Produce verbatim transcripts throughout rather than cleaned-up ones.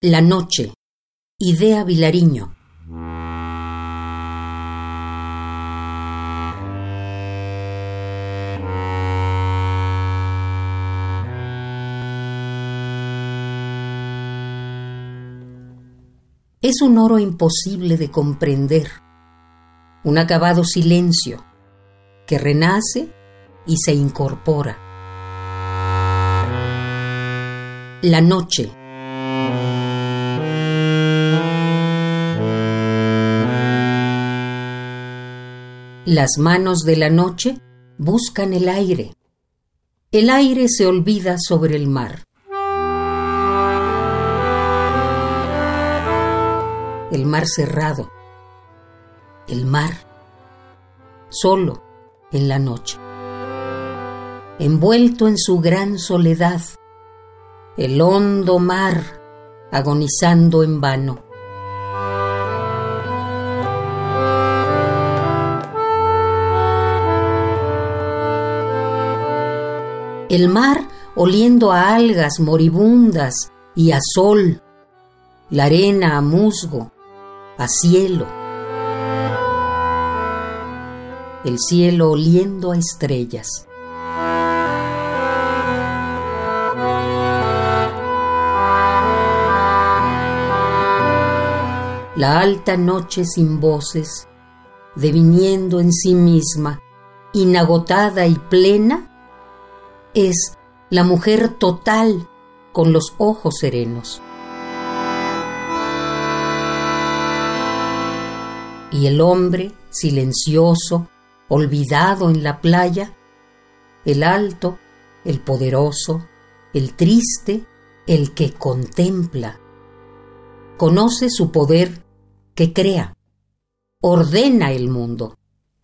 La noche, Idea Vilariño. Es un oro imposible de comprender, un acabado silencio que renace y se incorpora. La noche. Las manos de la noche buscan el aire. El aire se olvida sobre el mar. El mar cerrado. El mar solo en la noche. Envuelto en su gran soledad. El hondo mar agonizando en vano. El mar oliendo a algas moribundas y a sol, la arena a musgo, a cielo. El cielo oliendo a estrellas. La alta noche sin voces, deviniendo en sí misma, inagotada y plena, es la mujer total con los ojos serenos. Y el hombre silencioso, olvidado en la playa, el alto, el poderoso, el triste, el que contempla, conoce su poder que crea, ordena el mundo.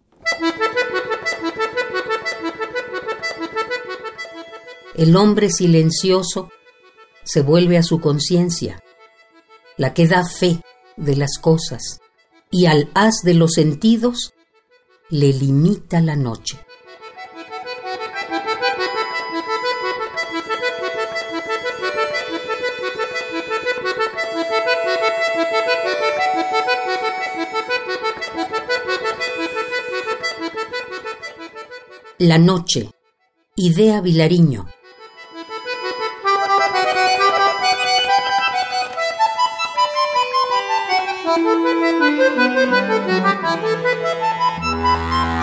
El hombre silencioso se vuelve a su conciencia, la que da fe de las cosas, y al haz de los sentidos le limita la noche. La noche, Idea Vilariño. Thank you.